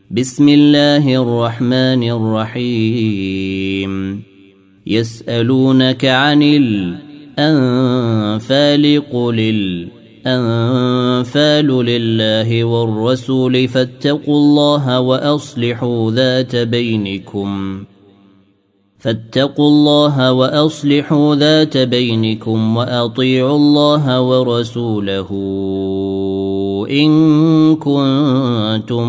بسم الله الرحمن الرحيم يسألونك عن الأنفال قل الأنفال لله والرسول فاتقوا الله وأصلحوا ذات بينكم وأطيعوا الله ورسوله إن كنتم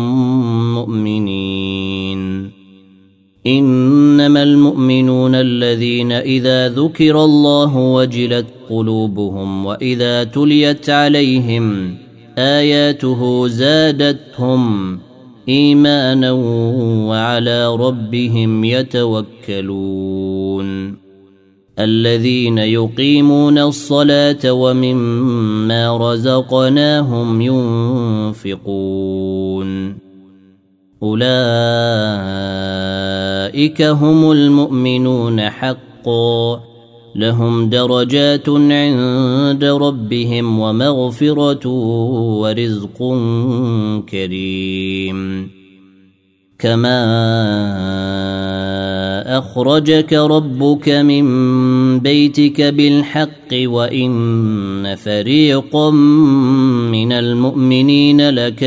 مؤمنين. إنما المؤمنون الذين إذا ذكر الله وجلت قلوبهم وإذا تليت عليهم آياته زادتهم إيمانا وعلى ربهم يتوكلون. الذين يقيمون الصلاة ومما رزقناهم ينفقون أولئك هم المؤمنون حقا لهم درجات عند ربهم ومغفرة ورزق كريم. كما أخرجك ربك من بيتك بالحق وإن فريقا من المؤمنين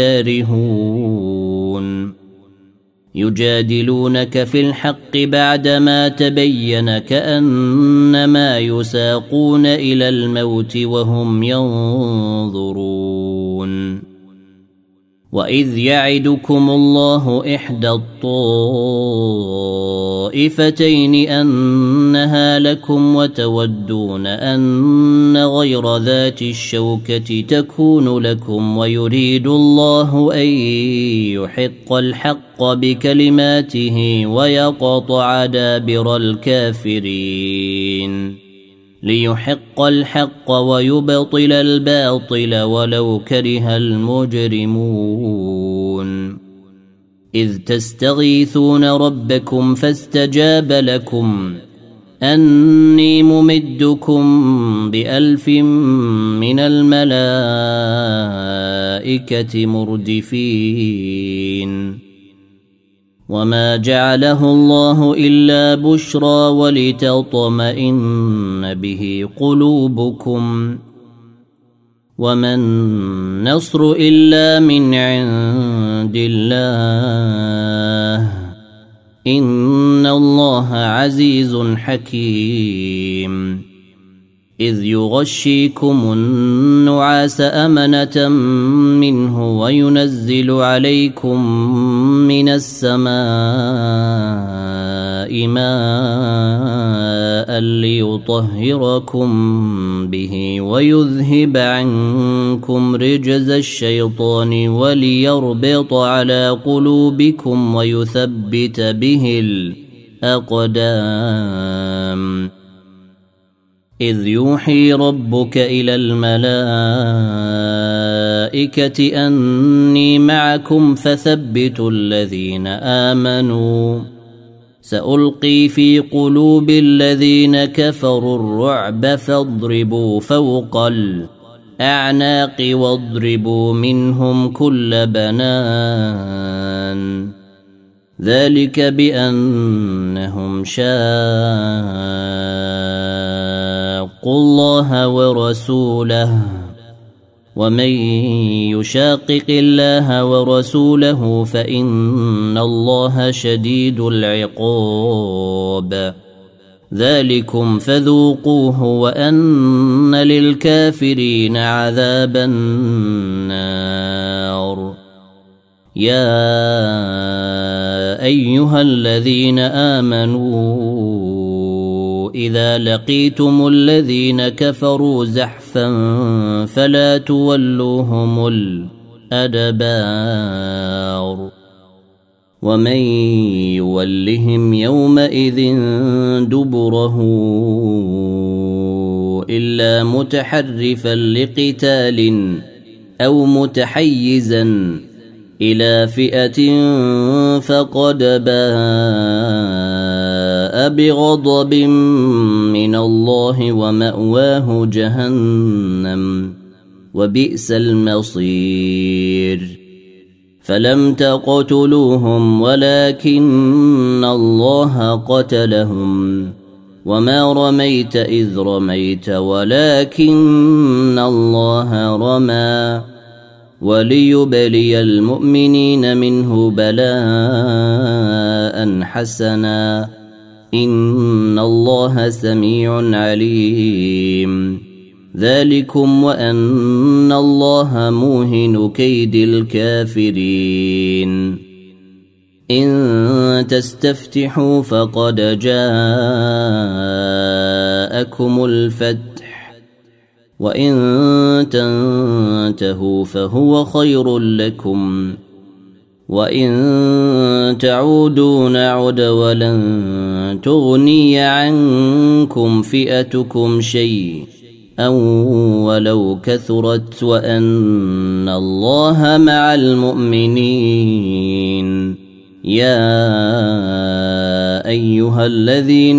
لكارهون يجادلونك في الحق بعدما تبين كأنما يساقون إلى الموت وهم ينظرون. وإذ يعدكم الله إحدى الطائفتين أنها لكم وتودون أن غير ذات الشوكة تكون لكم ويريد الله أن يحق الحق بكلماته ويقطع دابر الكافرين ليحق الحق ويبطل الباطل ولو كره المجرمون. إذ تستغيثون ربكم فاستجاب لكم أني ممدكم ب1000 من الملائكة مردفين. وما جعله الله إلا بشرى ولتطمئن به قلوبكم وما النصر إلا من عند الله إن الله عزيز حكيم. إذ يغشيكم النعاس أمنة منه وينزل عليكم من السماء ماء ليطهركم به ويذهب عنكم رجز الشيطان وليربط على قلوبكم ويثبت به الأقدام. إذ يوحي ربك إلى الملائكة أني معكم فثبتوا الذين آمنوا سألقي في قلوب الذين كفروا الرعب فاضربوا فوق الأعناق واضربوا منهم كل بنان ذلك بأنهم شاقوا الله ورسوله ومن يشاقق الله ورسوله فإن الله شديد العقاب. ذلكم فذوقوه وأن للكافرين عذاب النار. يا أيها الذين آمنوا إذا لقيتم الذين كفروا زحفا فلا تولوهم الأدبار ومن يولهم يومئذ دبره إلا متحرفا لقتال أو متحيزا إلى فئة فقد باء بغضب من الله ومأواه جهنم وبئس المصير. فلم تقتلوهم ولكن الله قتلهم وما رميت إذ رميت ولكن الله رمى وليبلي المؤمنين منه بلاء حسنا إن الله سميع عليم ذلكم وأن الله موهن كيد الكافرين إن تستفتحوا فقد جاءكم الفتح وإن تنتهوا فهو خير لكم وإن تعودوا نعد ولن تغني عنكم فئتكم شيء أو ولو كثرت وأن الله مع المؤمنين يا أيها الذين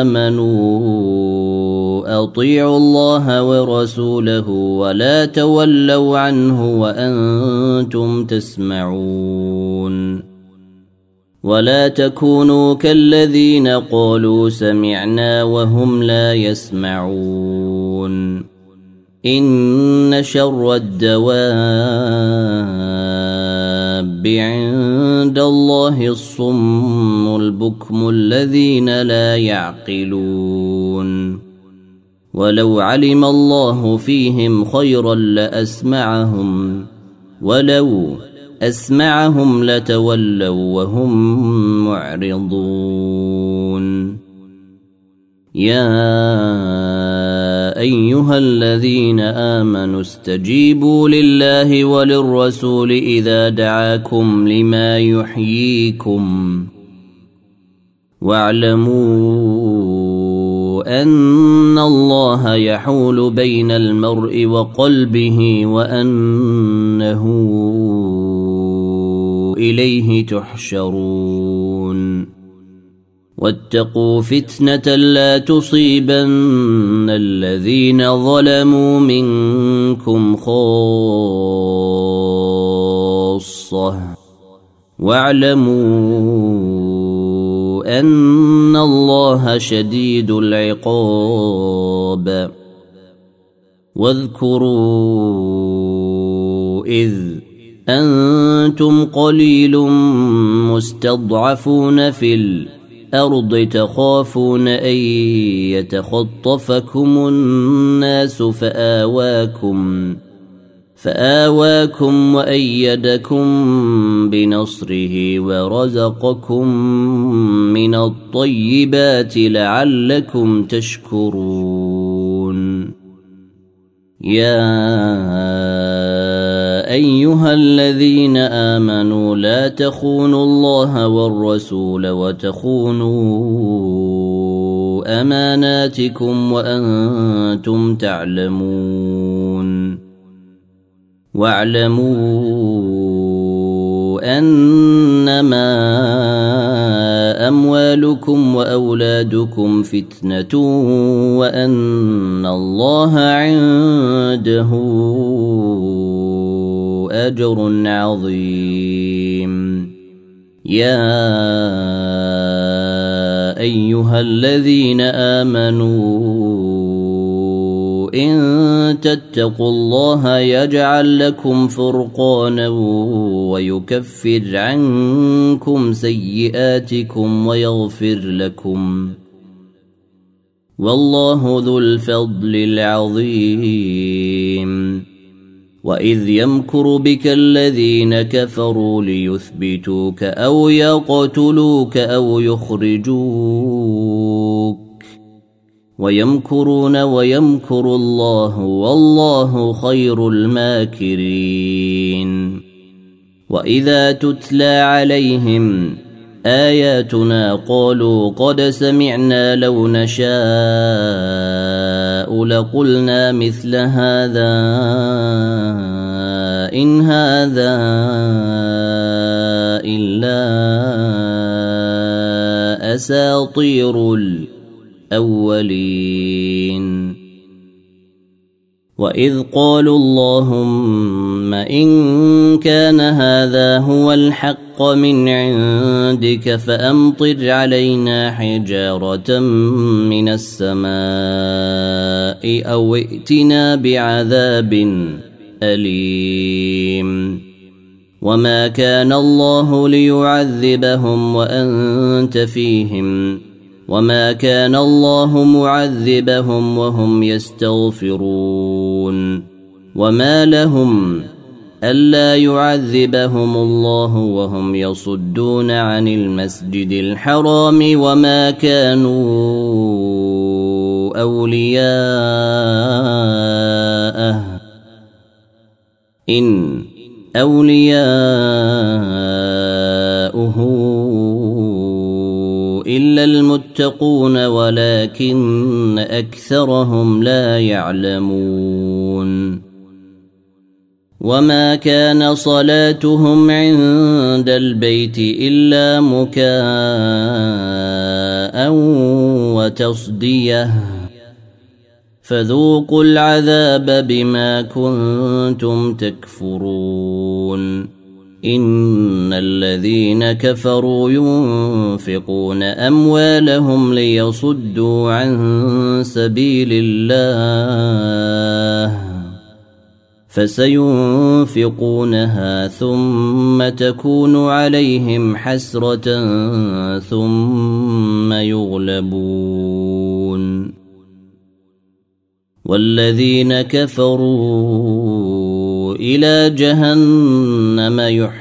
آمنوا أطيعوا الله ورسوله ولا تولوا عنه وأنتم تسمعون ولا تكونوا كالذين قالوا سمعنا وهم لا يسمعون إن شر الدواب عند الله الصم البكم الذين لا يعقلون ولو علم الله فيهم خيرا لأسمعهم ولو أسمعهم لتولوا وهم معرضون يا أيها الذين آمنوا استجيبوا لله وللرسول إذا دعاكم لما يحييكم واعلموا أن الله يحول بين المرء وقلبه وأنه إليه تحشرون واتقوا فتنة لا تصيبن الذين ظلموا منكم خاصة واعلموا أن الله شديد العقاب واذكروا إذ أنتم قليل مستضعفون في الأرض تخافون أن يتخطفكم الناس فآواكم وأيدكم بنصره ورزقكم من الطيبات لعلكم تشكرون يا أيها الذين آمنوا لا تخونوا الله والرسول وتخونوا أماناتكم وأنتم تعلمون واعلموا أنما أموالكم وأولادكم فتنة وأن الله عنده أجر عظيم يا أيها الذين آمنوا إن تتقوا الله يجعل لكم فرقانا ويكفر عنكم سيئاتكم ويغفر لكم والله ذو الفضل العظيم وإذ يمكر بك الذين كفروا ليثبتوك أو يقتلوك أو يخرجوك ويمكرون ويمكر الله والله خير الماكرين وإذا تتلى عليهم آياتنا قالوا قد سمعنا لو نشاء لقلنا مثل هذا إن هذا إلا أساطير الأولين وإذ قالوا اللهم إن كان هذا هو الحق من عندك فأمطر علينا حجارة من السماء أو ائتنا بعذاب أليم وما كان الله ليعذبهم وأنت فيهم وما كان الله معذبهم وهم يستغفرون وما لهم ألا يعذبهم الله وهم يصدون عن المسجد الحرام وما كانوا أولياءه إن أولياؤه إلا المتقون ولكن أكثرهم لا يعلمون وما كان صلاتهم عند البيت إلا مكاء وتصدية فذوقوا العذاب بما كنتم تكفرون إن الذين كفروا ينفقون أموالهم ليصدوا عن سبيل الله فسينفقونها ثم تكون عليهم حسرة ثم يغلبون والذين كفروا إلى جهنم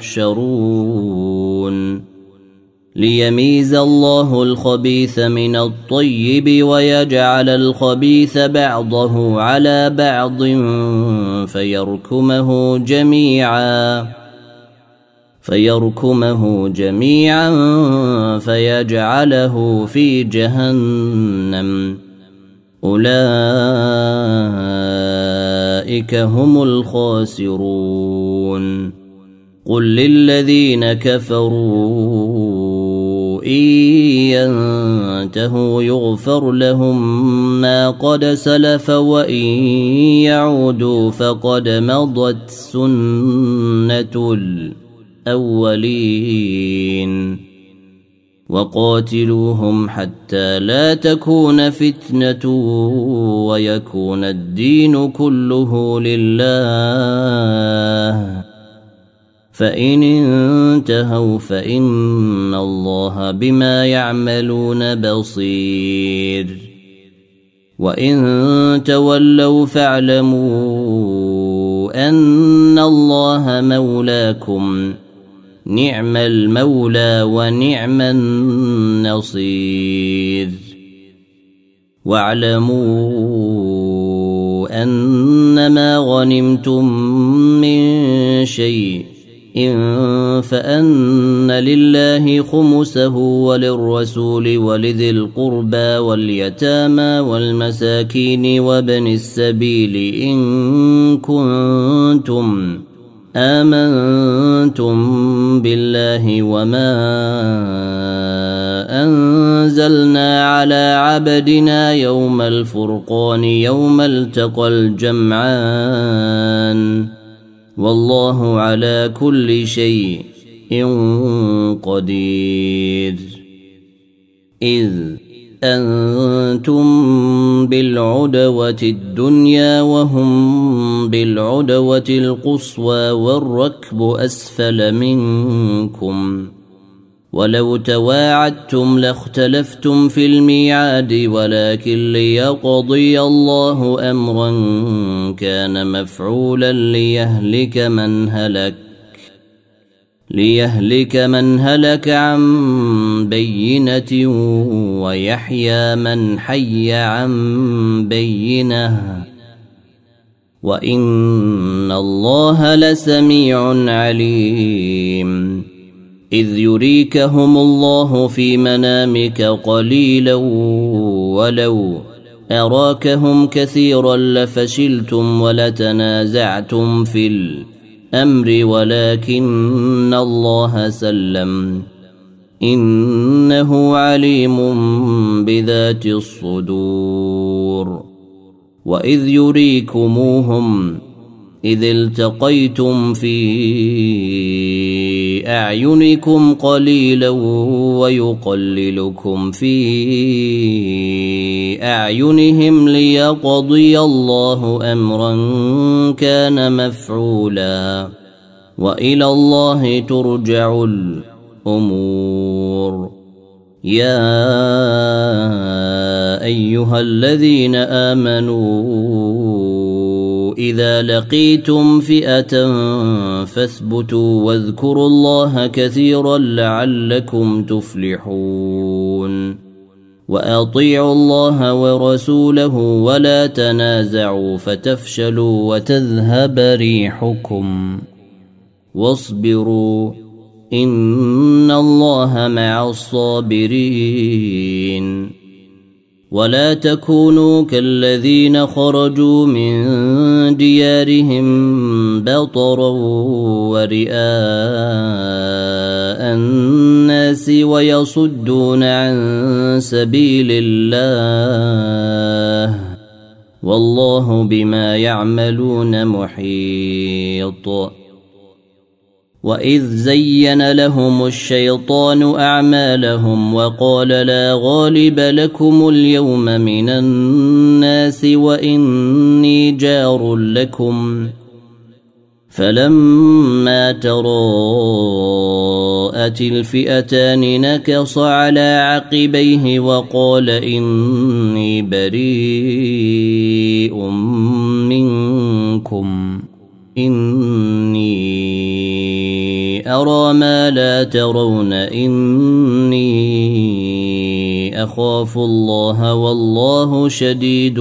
يحشرون ليميز الله الخبيث من الطيب ويجعل الخبيث بعضه على بعض فيركمه جميعا فيجعله في جهنم أولئك هم الخاسرون قل للذين كفروا إن ينتهوا يغفر لهم ما قد سلف وإن يعودوا فقد مضت سنة الأولين وقاتلوهم حتى لا تكون فتنة ويكون الدين كله لله فإن انتهوا فإن الله بما يعملون بصير وإن تولوا فاعلموا أن الله مولاكم نعم المولى ونعم النصير واعلموا أنما غنمتم من شيء فأن لله خمسه وللرسول ولذي القربى واليتامى والمساكين وابن السبيل إن كنتم آمنتم بالله وما أنزلنا على عبدنا يوم الفرقان يوم التقى الجمعان والله على كل شيء قدير إذ أنتم بالعدوة الدنيا وهم بالعدوة القصوى والركب أسفل منكم ولو تواعدتم لاختلفتم في الميعاد ولكن ليقضي الله أمرا كان مفعولا ليهلك من هلك عن بينة ويحيى من حي عن بينة وإن الله لسميع عليم إذ يريكهم الله في منامك قليلا ولو أراكهم كثيرا لفشلتم ولتنازعتم في الأمر ولكن الله سلم إنه عليم بذات الصدور وإذ يريكموهم إذ التقيتم في أعينكم قليلا ويقللكم في أعينهم ليقضي الله أمرا كان مفعولا وإلى الله ترجع الأمور. يا أيها الذين آمنوا إذا لقيتم فئة فاثبتوا واذكروا الله كثيرا لعلكم تفلحون. وأطيعوا الله ورسوله ولا تنازعوا فتفشلوا وتذهب ريحكم واصبروا إن الله مع الصابرين. ولا تكونوا كالذين خرجوا من ديارهم بطرا ورئاء الناس ويصدون عن سبيل الله والله بما يعملون محيط. وإذ زين لهم الشيطان أعمالهم وقال لا غالب لكم اليوم من الناس وإني جار لكم فلما تراءت الفئتان نكص على عقبيه وقال إني بريء منكم إني أرى ما لا ترون إني أخاف الله والله شديد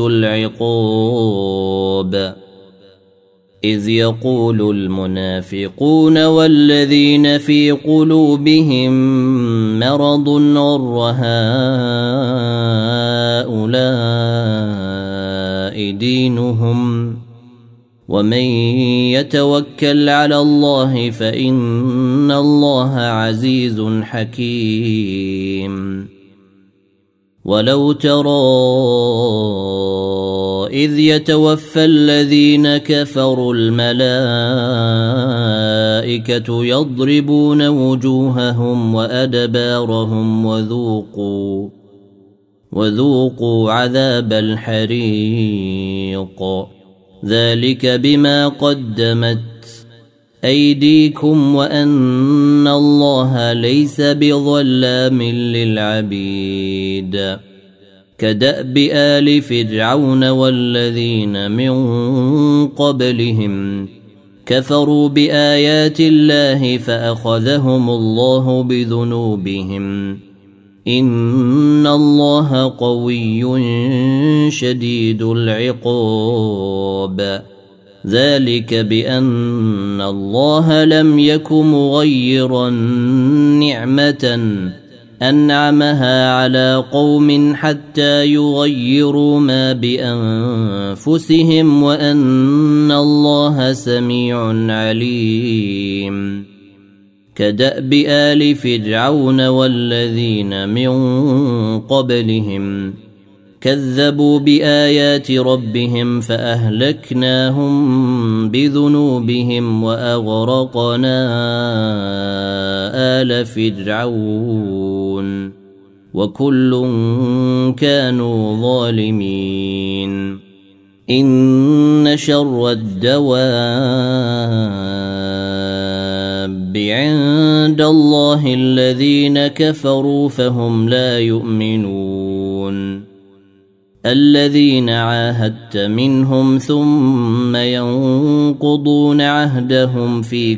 العقاب. إذ يقول المنافقون والذين في قلوبهم مرض غر هؤلاء دينهم ومن يتوكل على الله فإن الله عزيز حكيم. ولو ترى إذ يتوفى الذين كفروا الملائكة يضربون وجوههم وأدبارهم وذوقوا عذاب الحريق ذلك بما قدمت أيديكم وأن الله ليس بظلام للعبيد. كدأب آل فرعون والذين من قبلهم كفروا بآيات الله فأخذهم الله بذنوبهم إن الله قوي شديد العقاب. ذلك بأن الله لم يك مغيرا نعمة أنعمها على قوم حتى يغيروا ما بأنفسهم وأن الله سميع عليم. كدأب آل فرعون والذين من قبلهم كذبوا بآيات ربهم فأهلكناهم بذنوبهم وأغرقنا آل فرعون وكل كانوا ظالمين. إن شر الدواب عند الله الذين كفروا فهم لا يؤمنون. الذين عاهدت منهم ثم ينقضون عهدهم في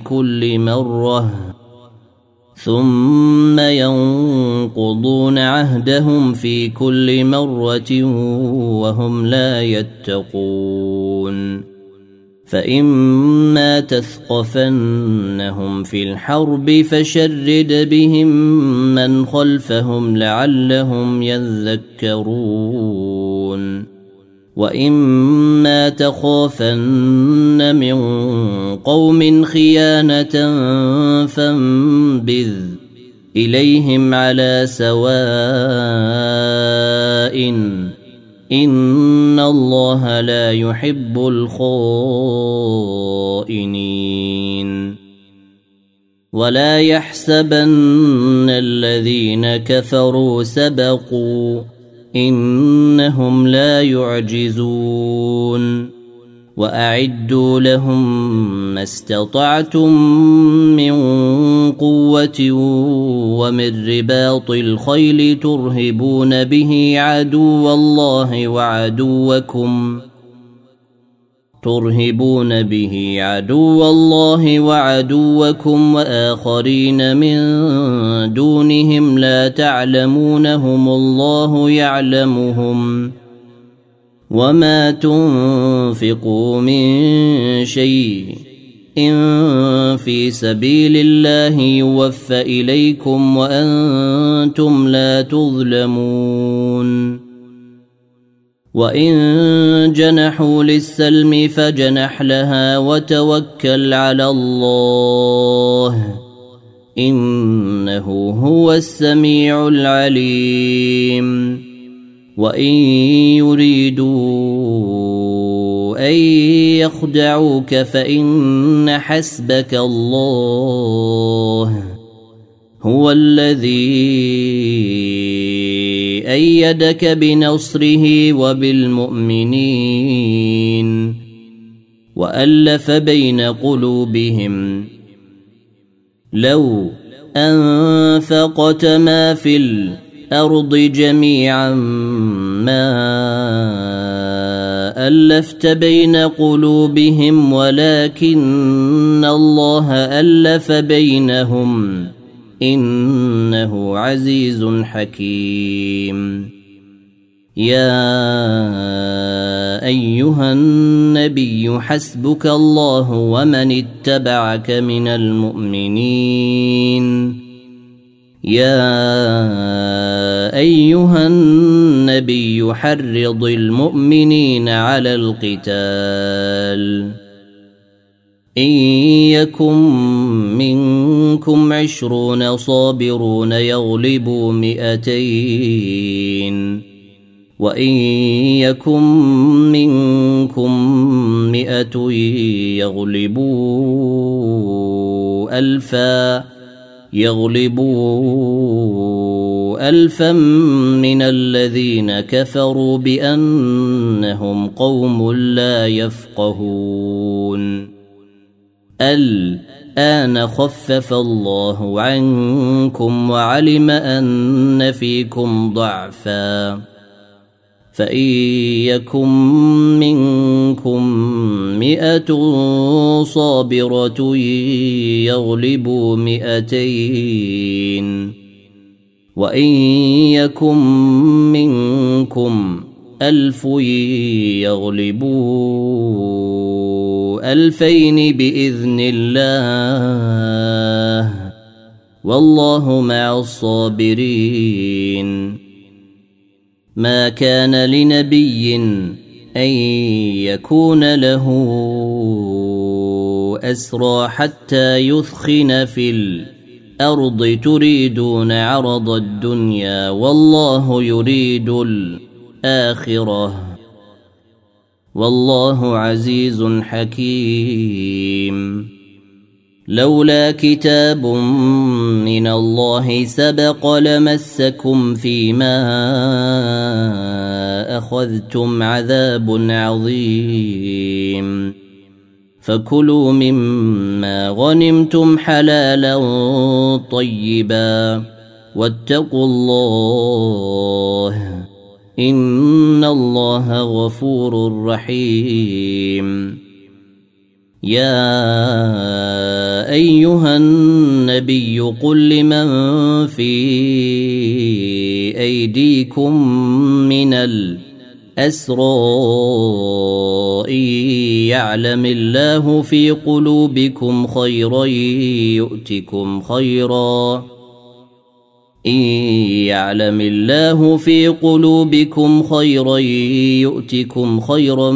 كل مرة وهم لا يتقون. فإما تثقفنهم في الحرب فشرد بهم من خلفهم لعلهم يذكرون. وإما تخافن من قوم خيانة فانبذ إليهم على سواء إن الله لا يحب الخائنين ولا يحسبن الذين كفروا سبقوا إنهم لا يعجزون وأعدوا لهم ما استطعتم من قوة ومن رباط الخيل ترهبون به عدو الله وعدوكم وآخرين من دونهم لا تعلمونهم الله يعلمهم وما تنفقوا من شيء إن في سبيل الله يوفى إليكم وأنتم لا تظلمون وإن جنحوا للسلم فجنح لها وتوكل على الله إنه هو السميع العليم وإن يريدوا أن يخدعوك فإن حسبك الله هو الذي أيدك بنصره وبالمؤمنين وألف بين قلوبهم لو أنفقت ما في الأرض جميعا ما ألفت بين قلوبهم ولكن الله ألف بينهم إنه عزيز حكيم يا أيها النبي حسبك الله ومن اتبعك من المؤمنين يا أيها النبي حرض المؤمنين على القتال إن يكن منكم 20 صابرون يغلبوا 200 وإن يكن منكم 100 يغلبوا 1000 من الذين كفروا بأنهم قوم لا يفقهون الآن خفف الله عنكم وعلم أن فيكم ضعفا فإن يكن منكم 100 صابرة يغلبوا 200 وإن يكن منكم 1000 يغلبوا 2000 بإذن الله والله مع الصابرين ما كان لنبي أن يكون له أسرى حتى يثخن في الأرض تريدون عرض الدنيا والله يريد الآخرة والله عزيز حكيم لولا كتاب من الله سبق لمسكم فيما أخذتم عذاب عظيم فكلوا مما غنمتم حلالا طيبا واتقوا الله إن الله غفور رحيم يا أيها النبي قل لمن في أيديكم من الأسرى يعلم الله في قلوبكم خيرا يؤتكم خيرا إن يعلم الله في قلوبكم خيرا يؤتكم خيرا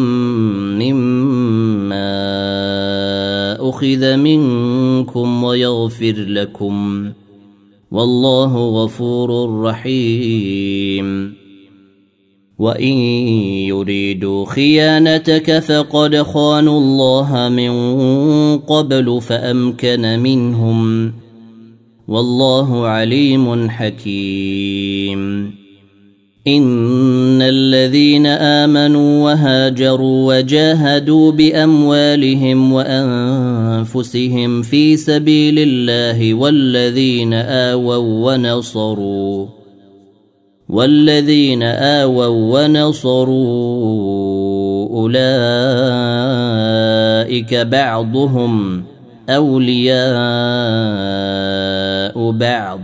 مما أخذ منكم ويغفر لكم والله غفور رحيم وإن يريدوا خيانتك فقد خانوا الله من قبل فأمكن منهم والله عليم حكيم إن الذين آمنوا وهاجروا وجاهدوا بأموالهم وأنفسهم في سبيل الله والذين آووا ونصروا أولئك بعضهم أولياء بعض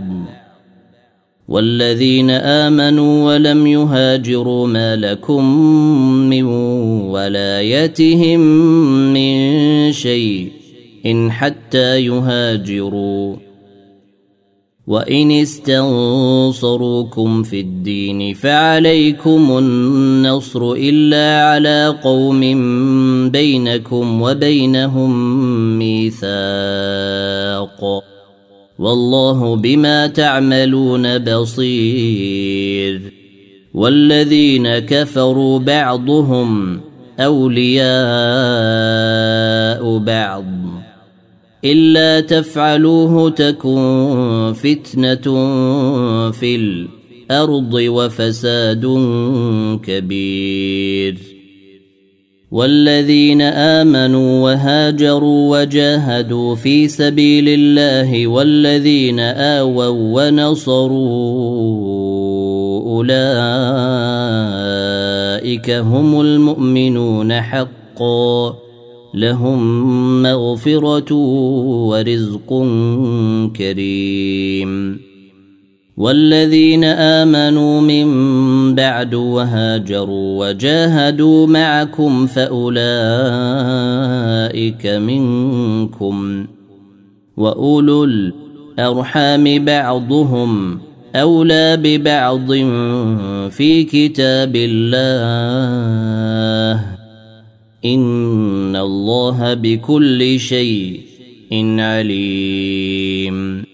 والذين آمنوا ولم يهاجروا ما لكم من ولايتهم من شيء إن حتى يهاجروا وإن استنصروكم في الدين فعليكم النصر إلا على قوم بينكم وبينهم ميثاق والله بما تعملون بصير والذين كفروا بعضهم أولياء بعض إلا تفعلوه تكن فتنة في الأرض وفساد كبير والذين آمنوا وهاجروا وجاهدوا في سبيل الله والذين آووا ونصروا أولئك هم المؤمنون حقا لهم مغفرة ورزق كريم والذين آمنوا من بعد وهاجروا وجاهدوا معكم فأولئك منكم وأولو الأرحام بعضهم أولى ببعض في كتاب الله إن الله بكل شيء عليم